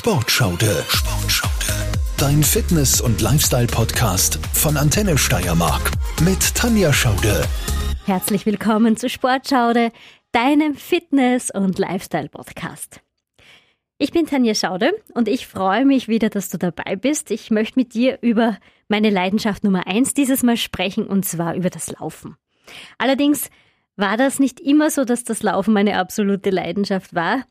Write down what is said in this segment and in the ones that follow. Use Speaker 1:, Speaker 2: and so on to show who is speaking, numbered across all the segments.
Speaker 1: Sportschaude. Dein Fitness- und Lifestyle-Podcast von Antenne Steiermark mit Tanja Schaude.
Speaker 2: Herzlich willkommen zu Sportschaude, deinem Fitness- und Lifestyle-Podcast. Ich bin Tanja Schaude und ich freue mich wieder, dass du dabei bist. Ich möchte mit dir über meine Leidenschaft Nummer 1 dieses Mal sprechen, und zwar über das Laufen. Allerdings war das nicht immer so, dass das Laufen meine absolute Leidenschaft war.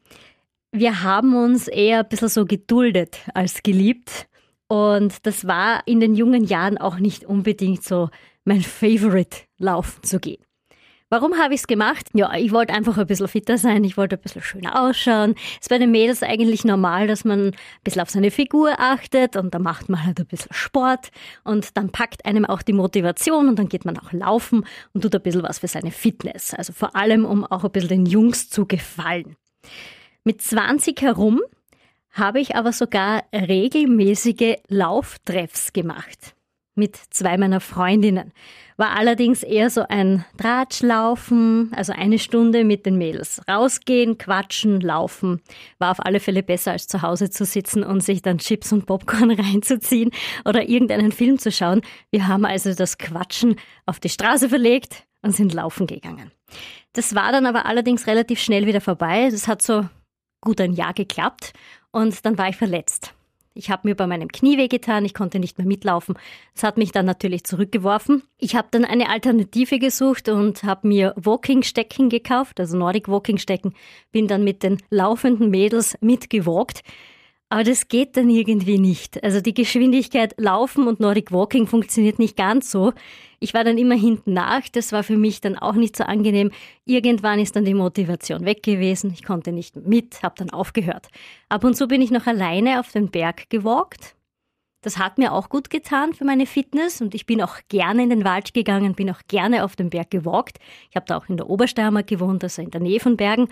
Speaker 2: Wir haben uns eher ein bisschen so geduldet als geliebt. Und das war in den jungen Jahren auch nicht unbedingt so mein Favorite, laufen zu gehen. Warum habe ich es gemacht? Ja, ich wollte einfach ein bisschen fitter sein, ich wollte ein bisschen schöner ausschauen. Es ist bei den Mädels eigentlich normal, dass man ein bisschen auf seine Figur achtet und dann macht man halt ein bisschen Sport und dann packt einem auch die Motivation und dann geht man auch laufen und tut ein bisschen was für seine Fitness. Also vor allem, um auch ein bisschen den Jungs zu gefallen. Mit 20 herum habe ich aber sogar regelmäßige Lauftreffs gemacht mit 2 meiner Freundinnen. War allerdings eher so ein Tratschlaufen, also 1 Stunde mit den Mädels. Rausgehen, quatschen, laufen. War auf alle Fälle besser, als zu Hause zu sitzen und sich dann Chips und Popcorn reinzuziehen oder irgendeinen Film zu schauen. Wir haben also das Quatschen auf die Straße verlegt und sind laufen gegangen. Das war dann aber allerdings relativ schnell wieder vorbei. Das hat so gut ein Jahr geklappt und dann war ich verletzt. Ich habe mir bei meinem Knie wehgetan, ich konnte nicht mehr mitlaufen. Das hat mich dann natürlich zurückgeworfen. Ich habe dann eine Alternative gesucht und habe mir Walking-Stecken gekauft, also Nordic Walking-Stecken. Bin dann mit den laufenden Mädels mitgewalkt. Aber das geht dann irgendwie nicht. Also die Geschwindigkeit Laufen und Nordic Walking funktioniert nicht ganz so. Ich war dann immer hinten nach, das war für mich dann auch nicht so angenehm. Irgendwann ist dann die Motivation weg gewesen, ich konnte nicht mit, habe dann aufgehört. Ab und zu bin ich noch alleine auf den Berg gewalkt. Das hat mir auch gut getan für meine Fitness und ich bin auch gerne in den Wald gegangen, bin auch gerne auf den Berg gewalkt. Ich habe da auch in der Obersteiermark gewohnt, also in der Nähe von Bergen.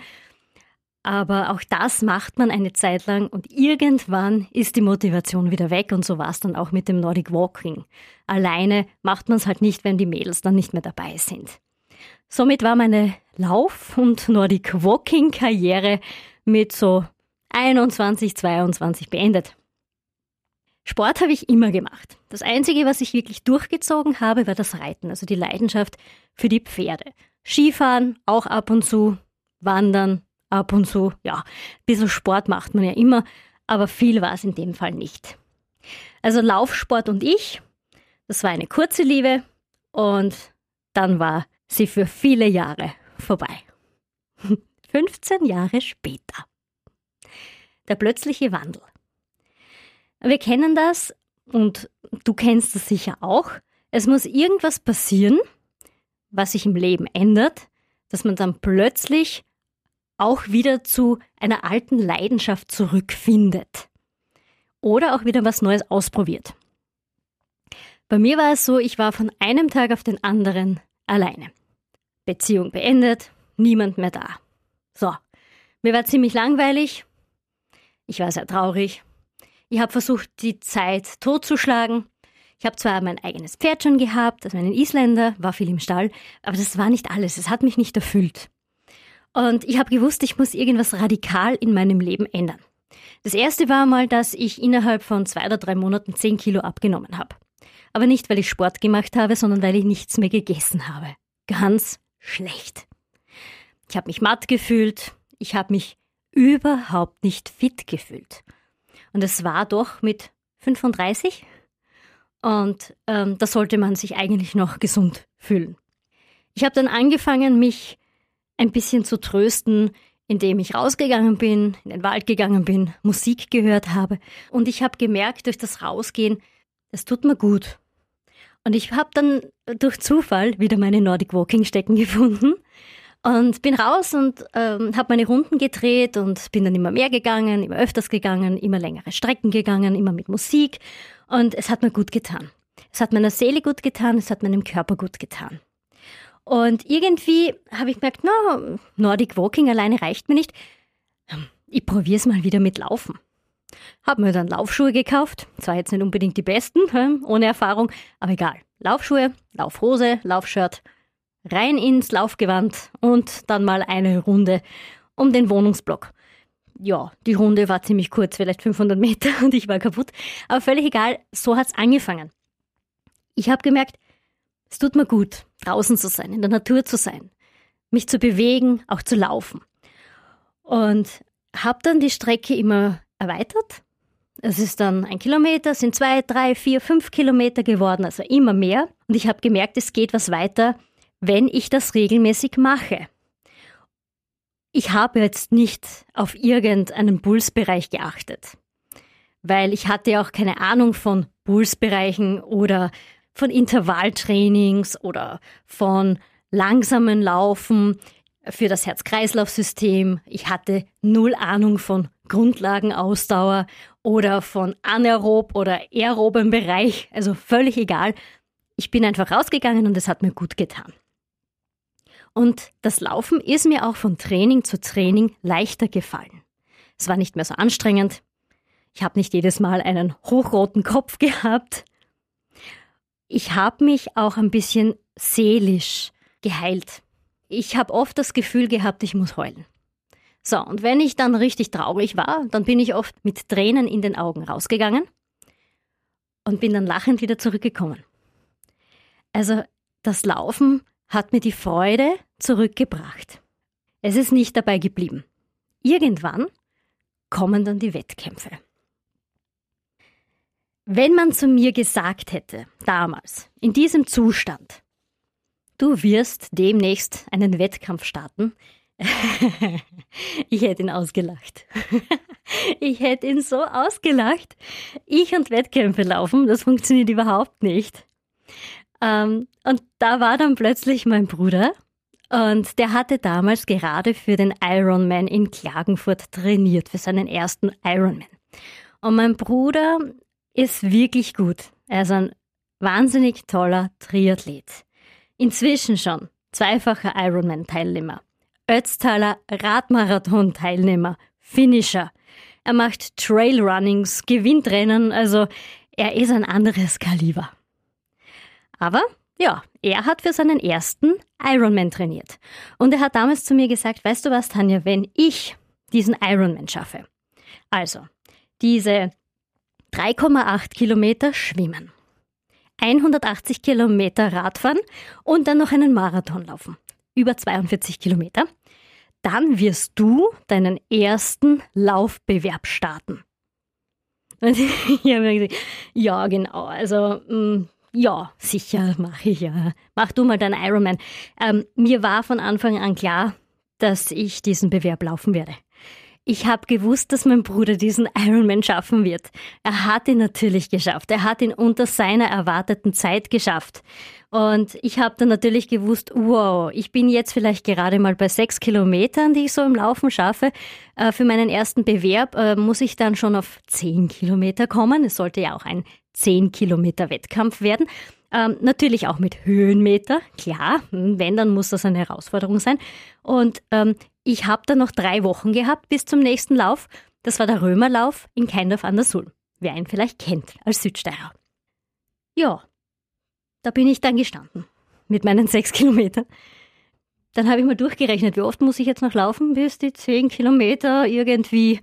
Speaker 2: Aber auch das macht man eine Zeit lang und irgendwann ist die Motivation wieder weg und so war es dann auch mit dem Nordic Walking. Alleine macht man es halt nicht, wenn die Mädels dann nicht mehr dabei sind. Somit war meine Lauf- und Nordic Walking-Karriere mit so 21, 22 beendet. Sport habe ich immer gemacht. Das Einzige, was ich wirklich durchgezogen habe, war das Reiten, also die Leidenschaft für die Pferde. Skifahren auch ab und zu, Wandern ab und zu, ja, ein bisschen Sport macht man ja immer, aber viel war es in dem Fall nicht. Also Laufsport und ich, das war eine kurze Liebe und dann war sie für viele Jahre vorbei. 15 Jahre später. Der plötzliche Wandel. Wir kennen das und du kennst es sicher auch. Es muss irgendwas passieren, was sich im Leben ändert, dass man dann plötzlich auch wieder zu einer alten Leidenschaft zurückfindet. Oder auch wieder was Neues ausprobiert. Bei mir war es so, ich war von einem Tag auf den anderen alleine. Beziehung beendet, niemand mehr da. So, mir war ziemlich langweilig. Ich war sehr traurig. Ich habe versucht, die Zeit totzuschlagen. Ich habe zwar mein eigenes Pferd schon gehabt, also einen Isländer, war viel im Stall, aber das war nicht alles. Es hat mich nicht erfüllt. Und ich habe gewusst, ich muss irgendwas radikal in meinem Leben ändern. Das erste war mal, dass ich innerhalb von 2 oder 3 Monaten 10 Kilo abgenommen habe. Aber nicht, weil ich Sport gemacht habe, sondern weil ich nichts mehr gegessen habe. Ganz schlecht. Ich habe mich matt gefühlt. Ich habe mich überhaupt nicht fit gefühlt. Und es war doch mit 35. Und da sollte man sich eigentlich noch gesund fühlen. Ich habe dann angefangen, mich ein bisschen zu trösten, indem ich rausgegangen bin, in den Wald gegangen bin, Musik gehört habe. Und ich habe gemerkt, durch das Rausgehen, das tut mir gut. Und ich habe dann durch Zufall wieder meine Nordic Walking Stecken gefunden und bin raus und habe meine Runden gedreht und bin dann immer mehr gegangen, immer öfters gegangen, immer längere Strecken gegangen, immer mit Musik. Und es hat mir gut getan. Es hat meiner Seele gut getan, es hat meinem Körper gut getan. Und irgendwie habe ich gemerkt, Nordic Walking alleine reicht mir nicht. Ich probiere es mal wieder mit Laufen. Habe mir dann Laufschuhe gekauft. Zwar jetzt nicht unbedingt die besten, ohne Erfahrung, aber egal. Laufschuhe, Laufhose, Laufshirt, rein ins Laufgewand und dann mal eine Runde um den Wohnungsblock. ja, die Runde war ziemlich kurz, vielleicht 500 Meter und ich war kaputt. Aber völlig egal, so hat's angefangen. Ich habe gemerkt, es tut mir gut, draußen zu sein, in der Natur zu sein, mich zu bewegen, auch zu laufen. Und habe dann die Strecke immer erweitert. Es ist dann 1 Kilometer, sind 2, 3, 4, 5 Kilometer geworden, also immer mehr. Und ich habe gemerkt, es geht was weiter, wenn ich das regelmäßig mache. Ich habe jetzt nicht auf irgendeinen Pulsbereich geachtet, weil ich hatte auch keine Ahnung von Pulsbereichen oder von Intervalltrainings oder von langsamen Laufen für das Herz-Kreislauf-System. Ich hatte 0 Ahnung von Grundlagenausdauer oder von anaerob oder aerobem Bereich, also völlig egal. Ich bin einfach rausgegangen und es hat mir gut getan. Und das Laufen ist mir auch von Training zu Training leichter gefallen. Es war nicht mehr so anstrengend. Ich habe nicht jedes Mal einen hochroten Kopf gehabt. Ich habe mich auch ein bisschen seelisch geheilt. Ich habe oft das Gefühl gehabt, ich muss heulen. So, und wenn ich dann richtig traurig war, dann bin ich oft mit Tränen in den Augen rausgegangen und bin dann lachend wieder zurückgekommen. Also das Laufen hat mir die Freude zurückgebracht. Es ist nicht dabei geblieben. Irgendwann kommen dann die Wettkämpfe. Wenn man zu mir gesagt hätte, damals, in diesem Zustand, du wirst demnächst einen Wettkampf starten, ich hätte ihn ausgelacht. Ich hätte ihn so ausgelacht. Ich und Wettkämpfe laufen, das funktioniert überhaupt nicht. Und da war dann plötzlich mein Bruder und der hatte damals gerade für den Ironman in Klagenfurt trainiert, für seinen ersten Ironman. Und mein Bruder ist wirklich gut. Er ist ein wahnsinnig toller Triathlet. Inzwischen schon 2-facher Ironman-Teilnehmer, Ötztaler Radmarathon-Teilnehmer, Finisher. Er macht Trailrunnings, gewinnt Rennen, also er ist ein anderes Kaliber. Aber ja, er hat für seinen ersten Ironman trainiert. Und er hat damals zu mir gesagt, weißt du was, Tanja, wenn ich diesen Ironman schaffe, also diese 3,8 Kilometer schwimmen, 180 Kilometer Radfahren und dann noch einen Marathon laufen, über 42 Kilometer, dann wirst du deinen ersten Laufbewerb starten. Und ich habe mir gesagt, ja genau, also ja, sicher, mache ich ja. Mach du mal deinen Ironman. Mir war von Anfang an klar, dass ich diesen Bewerb laufen werde. Ich habe gewusst, dass mein Bruder diesen Ironman schaffen wird. Er hat ihn natürlich geschafft. Er hat ihn unter seiner erwarteten Zeit geschafft. Und ich habe dann natürlich gewusst, wow, ich bin jetzt vielleicht gerade mal bei 6 Kilometern, die ich so im Laufen schaffe. Für meinen ersten Bewerb muss ich dann schon auf 10 Kilometer kommen. Es sollte ja auch ein 10 Kilometer Wettkampf werden. Natürlich auch mit Höhenmeter, klar, wenn, dann muss das eine Herausforderung sein. Und ich habe dann noch 3 Wochen gehabt bis zum nächsten Lauf. Das war der Römerlauf in Keindorf an der Sulm, wer ihn vielleicht kennt als Südsteirer. Ja, da bin ich dann gestanden mit meinen 6 Kilometern. Dann habe ich mal durchgerechnet, wie oft muss ich jetzt noch laufen, bis die 10 Kilometer irgendwie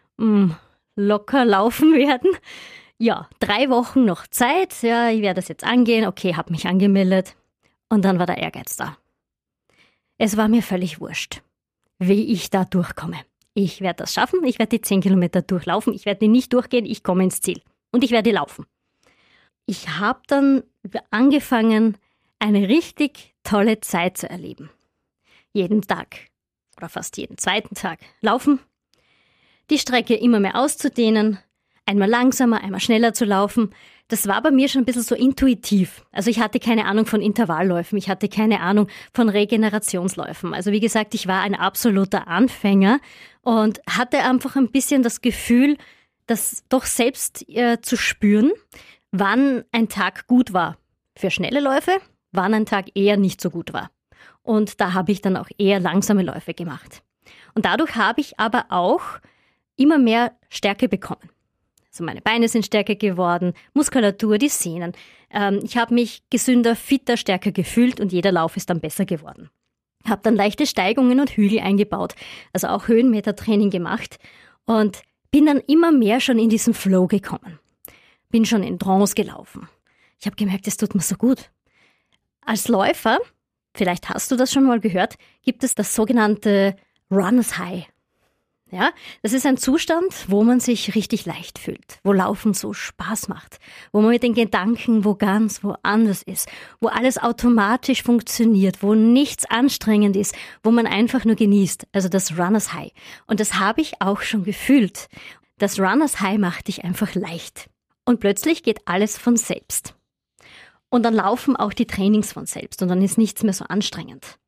Speaker 2: locker laufen werden. Ja, 3 Wochen noch Zeit. Ja, ich werde das jetzt angehen. Okay, habe mich angemeldet. Und dann war der Ehrgeiz da. Es war mir völlig wurscht, wie ich da durchkomme. Ich werde das schaffen. Ich werde die 10 Kilometer durchlaufen. Ich werde die nicht durchgehen. Ich komme ins Ziel. Und ich werde laufen. Ich habe dann angefangen, eine richtig tolle Zeit zu erleben. Jeden Tag oder fast jeden zweiten Tag laufen. Die Strecke immer mehr auszudehnen. Einmal langsamer, einmal schneller zu laufen. Das war bei mir schon ein bisschen so intuitiv. Also ich hatte keine Ahnung von Intervallläufen, ich hatte keine Ahnung von Regenerationsläufen. Also wie gesagt, ich war ein absoluter Anfänger und hatte einfach ein bisschen das Gefühl, das doch selbst zu spüren, wann ein Tag gut war für schnelle Läufe, wann ein Tag eher nicht so gut war. Und da habe ich dann auch eher langsame Läufe gemacht. Und dadurch habe ich aber auch immer mehr Stärke bekommen. Also meine Beine sind stärker geworden, Muskulatur, die Sehnen. Ich habe mich gesünder, fitter, stärker gefühlt und jeder Lauf ist dann besser geworden. Habe dann leichte Steigungen und Hügel eingebaut, also auch Höhenmetertraining gemacht und bin dann immer mehr schon in diesen Flow gekommen. Bin schon in Trance gelaufen. Ich habe gemerkt, es tut mir so gut. Als Läufer, vielleicht hast du das schon mal gehört, gibt es das sogenannte Runners High. Ja, das ist ein Zustand, wo man sich richtig leicht fühlt, wo Laufen so Spaß macht, wo man mit den Gedanken wo ganz woanders ist, wo alles automatisch funktioniert, wo nichts anstrengend ist, wo man einfach nur genießt, also das Runners High. Und das habe ich auch schon gefühlt. Das Runners High macht dich einfach leicht. Und plötzlich geht alles von selbst. Und dann laufen auch die Trainings von selbst und dann ist nichts mehr so anstrengend.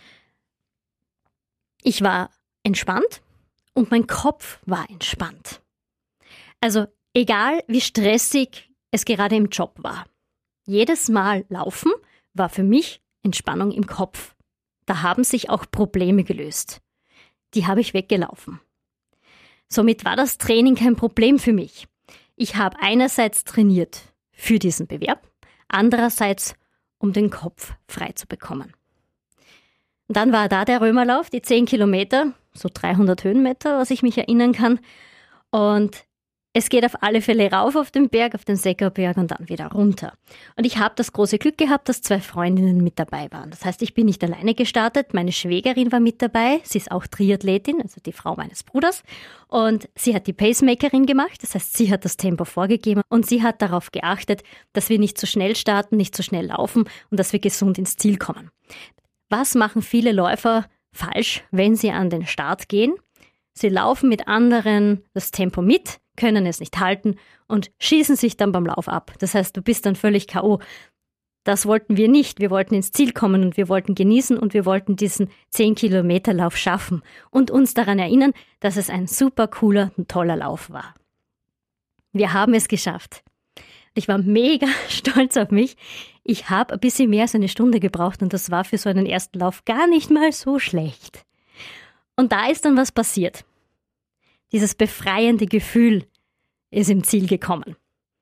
Speaker 2: Ich war entspannt. Und mein Kopf war entspannt. Also egal wie stressig es gerade im Job war. Jedes Mal laufen war für mich Entspannung im Kopf. Da haben sich auch Probleme gelöst. Die habe ich weggelaufen. Somit war das Training kein Problem für mich. Ich habe einerseits trainiert für diesen Bewerb, andererseits um den Kopf frei zu bekommen. Und dann war da der Römerlauf, die 10 Kilometer, so 300 Höhenmeter, was ich mich erinnern kann. Und es geht auf alle Fälle rauf auf den Berg, auf den Seckerberg und dann wieder runter. Und ich habe das große Glück gehabt, dass 2 Freundinnen mit dabei waren. Das heißt, ich bin nicht alleine gestartet, meine Schwägerin war mit dabei, sie ist auch Triathletin, also die Frau meines Bruders. Und sie hat die Pacemakerin gemacht, das heißt, sie hat das Tempo vorgegeben und sie hat darauf geachtet, dass wir nicht zu schnell starten, nicht zu schnell laufen und dass wir gesund ins Ziel kommen. Was machen viele Läufer falsch, wenn sie an den Start gehen? Sie laufen mit anderen das Tempo mit, können es nicht halten und schießen sich dann beim Lauf ab. Das heißt, du bist dann völlig K.O. Das wollten wir nicht. Wir wollten ins Ziel kommen und wir wollten genießen und wir wollten diesen 10-Kilometer-Lauf schaffen und uns daran erinnern, dass es ein super cooler und toller Lauf war. Wir haben es geschafft. Ich war mega stolz auf mich. Ich habe ein bisschen mehr als eine Stunde gebraucht und das war für so einen ersten Lauf gar nicht mal so schlecht. Und da ist dann was passiert. Dieses befreiende Gefühl ist im Ziel gekommen.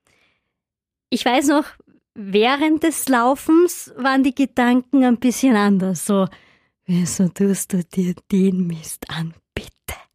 Speaker 2: Ich weiß noch, während des Laufens waren die Gedanken ein bisschen anders. So, wieso tust du dir den Mist an, bitte?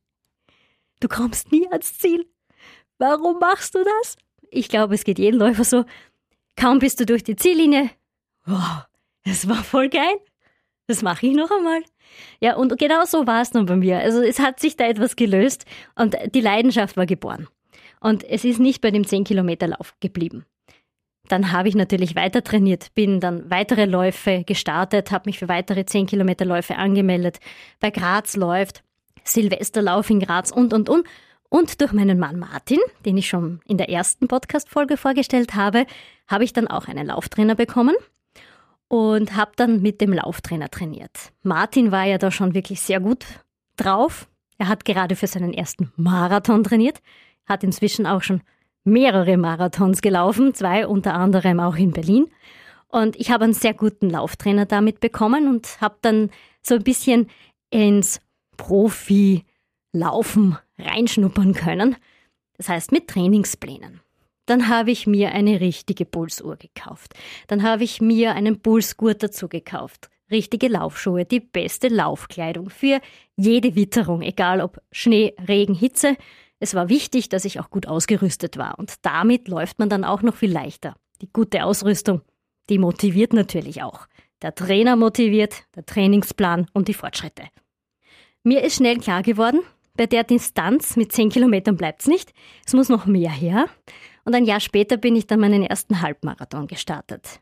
Speaker 2: Du kommst nie ans Ziel. Warum machst du das? Ich glaube, es geht jedem Läufer so. Kaum bist du durch die Ziellinie. Wow, das war voll geil. Das mache ich noch einmal. Ja, und genau so war es dann bei mir. Also es hat sich da etwas gelöst und die Leidenschaft war geboren. Und es ist nicht bei dem 10-Kilometer-Lauf geblieben. Dann habe ich natürlich weiter trainiert, bin dann weitere Läufe gestartet, habe mich für weitere 10-Kilometer-Läufe angemeldet. Bei Graz läuft, Silvesterlauf in Graz und. Und durch meinen Mann Martin, den ich schon in der ersten Podcast-Folge vorgestellt habe, habe ich dann auch einen Lauftrainer bekommen und habe dann mit dem Lauftrainer trainiert. Martin war ja da schon wirklich sehr gut drauf. Er hat gerade für seinen ersten Marathon trainiert, hat inzwischen auch schon mehrere Marathons gelaufen, 2 unter anderem auch in Berlin. Und ich habe einen sehr guten Lauftrainer damit bekommen und habe dann so ein bisschen ins Profi-Laufen reinschnuppern können. Das heißt mit Trainingsplänen. Dann habe ich mir eine richtige Pulsuhr gekauft. Dann habe ich mir einen Pulsgurt dazu gekauft. Richtige Laufschuhe, die beste Laufkleidung für jede Witterung, egal ob Schnee, Regen, Hitze. Es war wichtig, dass ich auch gut ausgerüstet war und damit läuft man dann auch noch viel leichter. Die gute Ausrüstung, die motiviert natürlich auch. Der Trainer motiviert, der Trainingsplan und die Fortschritte. Mir ist schnell klar geworden, bei der Distanz mit 10 Kilometern bleibt's nicht. Es muss noch mehr her. Und ein Jahr später bin ich dann meinen ersten Halbmarathon gestartet.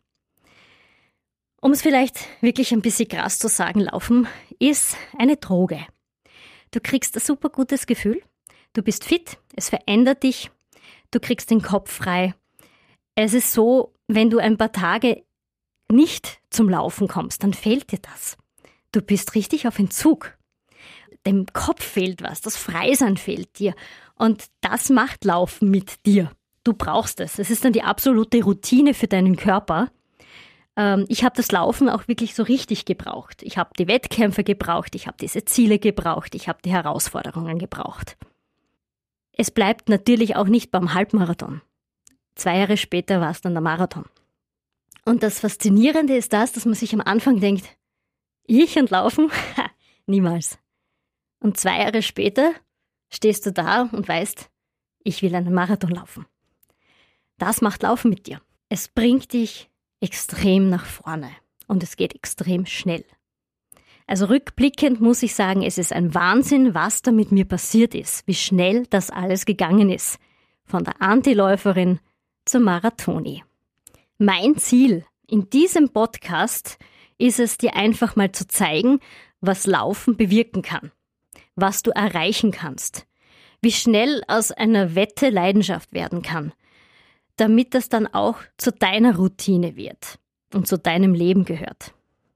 Speaker 2: Um es vielleicht wirklich ein bisschen krass zu sagen, Laufen ist eine Droge. Du kriegst ein super gutes Gefühl. Du bist fit, es verändert dich. Du kriegst den Kopf frei. Es ist so, wenn du ein paar Tage nicht zum Laufen kommst, dann fehlt dir das. Du bist richtig auf Entzug. Dem Kopf fehlt was, das Freisein fehlt dir. Und das macht Laufen mit dir. Du brauchst es. Es ist dann die absolute Routine für deinen Körper. Ich habe das Laufen auch wirklich so richtig gebraucht. Ich habe die Wettkämpfe gebraucht, ich habe diese Ziele gebraucht, ich habe die Herausforderungen gebraucht. Es bleibt natürlich auch nicht beim Halbmarathon. 2 Jahre später war es dann der Marathon. Und das Faszinierende ist das, dass man sich am Anfang denkt, Ich und Laufen? Niemals. Und 2 Jahre später stehst du da und weißt, ich will einen Marathon laufen. Das macht Laufen mit dir. Es bringt dich extrem nach vorne und es geht extrem schnell. Also rückblickend muss ich sagen, es ist ein Wahnsinn, was da mit mir passiert ist, wie schnell das alles gegangen ist. Von der Antiläuferin zur Marathoni. Mein Ziel in diesem Podcast ist es, dir einfach mal zu zeigen, was Laufen bewirken kann, was du erreichen kannst, wie schnell aus einer Wette Leidenschaft werden kann, damit das dann auch zu deiner Routine wird und zu deinem Leben gehört.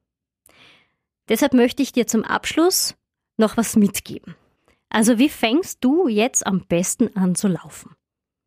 Speaker 2: Deshalb möchte ich dir zum Abschluss noch was mitgeben. Also wie fängst du jetzt am besten an zu laufen?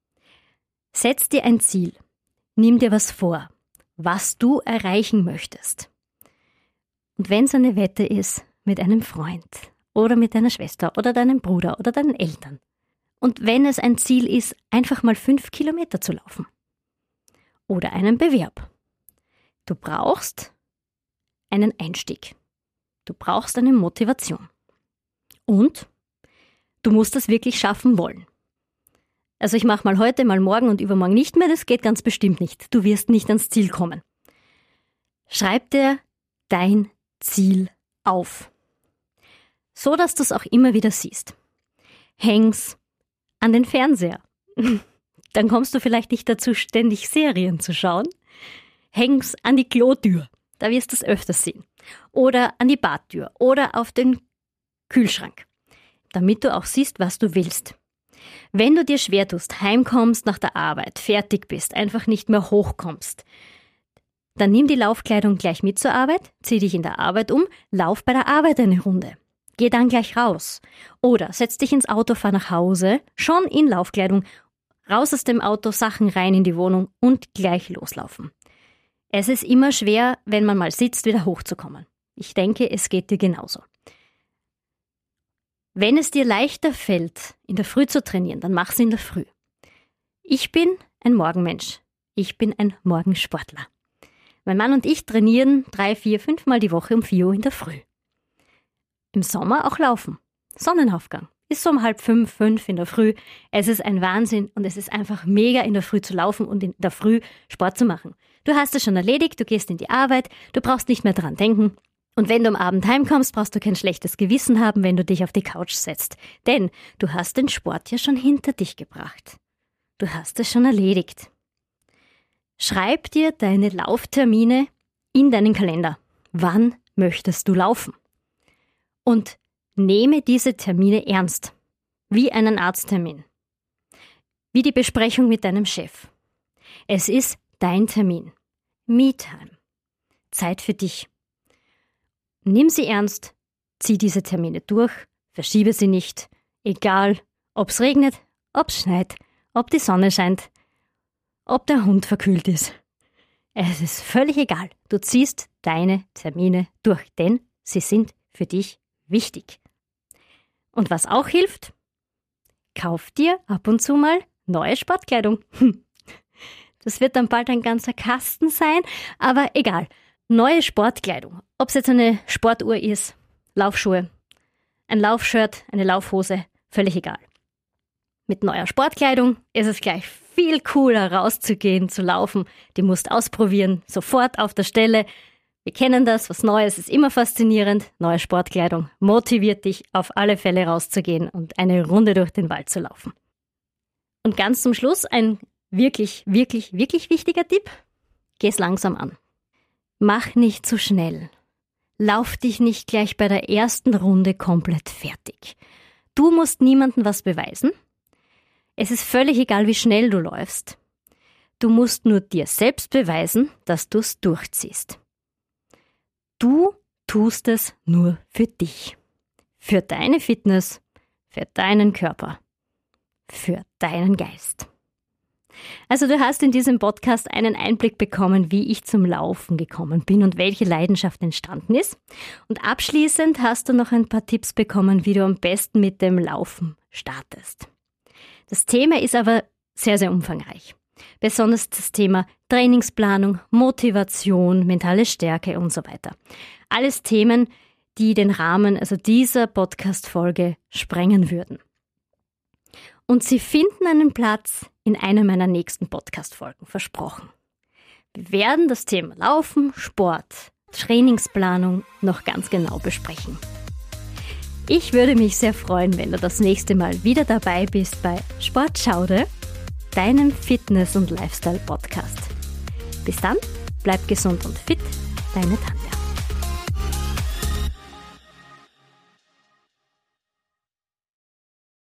Speaker 2: Setz dir ein Ziel, nimm dir was vor, was du erreichen möchtest. Und wenn es eine Wette ist mit einem Freund oder mit deiner Schwester oder deinem Bruder oder deinen Eltern, und wenn es ein Ziel ist, einfach mal 5 Kilometer zu laufen oder einen Bewerb, du brauchst einen Einstieg, du brauchst eine Motivation und du musst das wirklich schaffen wollen. Also ich mache mal heute, mal morgen und übermorgen nicht mehr, das geht ganz bestimmt nicht. Du wirst nicht ans Ziel kommen. Schreib dir dein Ziel auf, so dass du es auch immer wieder siehst. Häng's an den Fernseher. Dann kommst du vielleicht nicht dazu, ständig Serien zu schauen. Häng's an die Klotür, da wirst du es öfters sehen. Oder an die Badtür oder auf den Kühlschrank, damit du auch siehst, was du willst. Wenn du dir schwer tust, heimkommst nach der Arbeit, fertig bist, einfach nicht mehr hochkommst, dann nimm die Laufkleidung gleich mit zur Arbeit, zieh dich in der Arbeit um, lauf bei der Arbeit eine Runde. Geh dann gleich raus. Oder setz dich ins Auto, fahr nach Hause, schon in Laufkleidung, raus aus dem Auto, Sachen rein in die Wohnung und gleich loslaufen. Es ist immer schwer, wenn man mal sitzt, wieder hochzukommen. Ich denke, es geht dir genauso. Wenn es dir leichter fällt, in der Früh zu trainieren, dann mach's in der Früh. Ich bin ein Morgenmensch. Ich bin ein Morgensportler. Mein Mann und ich trainieren 3, 4, 5 Mal die Woche um 4 Uhr in der Früh. Im Sommer auch laufen. Sonnenaufgang. Ist so um 4:30, 5 in der Früh. Es ist ein Wahnsinn und es ist einfach mega, in der Früh zu laufen und in der Früh Sport zu machen. Du hast es schon erledigt, du gehst in die Arbeit, du brauchst nicht mehr dran denken. Und wenn du am Abend heimkommst, brauchst du kein schlechtes Gewissen haben, wenn du dich auf die Couch setzt. Denn du hast den Sport ja schon hinter dich gebracht. Du hast es schon erledigt. Schreib dir deine Lauftermine in deinen Kalender. Wann möchtest du laufen? Und nehme diese Termine ernst. Wie einen Arzttermin. Wie die Besprechung mit deinem Chef. Es ist dein Termin. Me-Time. Zeit für dich. Nimm sie ernst, zieh diese Termine durch, verschiebe sie nicht, egal ob es regnet, ob es schneit, ob die Sonne scheint, ob der Hund verkühlt ist. Es ist völlig egal, du ziehst deine Termine durch, denn sie sind für dich wichtig. Und was auch hilft, kauf dir ab und zu mal neue Sportkleidung. Das wird dann bald ein ganzer Kasten sein, aber egal. Neue Sportkleidung, ob es jetzt eine Sportuhr ist, Laufschuhe, ein Laufshirt, eine Laufhose, völlig egal. Mit neuer Sportkleidung ist es gleich viel cooler rauszugehen, zu laufen. Die musst ausprobieren, sofort auf der Stelle. Wir kennen das, was Neues ist immer faszinierend. Neue Sportkleidung motiviert dich, auf alle Fälle rauszugehen und eine Runde durch den Wald zu laufen. Und ganz zum Schluss ein wirklich, wirklich, wirklich wichtiger Tipp. Geh es langsam an. Mach nicht zu schnell. Lauf dich nicht gleich bei der ersten Runde komplett fertig. Du musst niemandem was beweisen. Es ist völlig egal, wie schnell du läufst. Du musst nur dir selbst beweisen, dass du es durchziehst. Du tust es nur für dich. Für deine Fitness, für deinen Körper, für deinen Geist. Also du hast in diesem Podcast einen Einblick bekommen, wie ich zum Laufen gekommen bin und welche Leidenschaft entstanden ist. Und abschließend hast du noch ein paar Tipps bekommen, wie du am besten mit dem Laufen startest. Das Thema ist aber sehr, sehr umfangreich. Besonders das Thema Trainingsplanung, Motivation, mentale Stärke und so weiter. Alles Themen, die den Rahmen dieser Podcast-Folge sprengen würden. Und Sie finden einen Platz in einer meiner nächsten Podcast-Folgen, versprochen. Wir werden das Thema Laufen, Sport, Trainingsplanung noch ganz genau besprechen. Ich würde mich sehr freuen, wenn du das nächste Mal wieder dabei bist bei Sportschaude, deinem Fitness- und Lifestyle-Podcast. Bis dann, bleib gesund und fit, deine Tanja.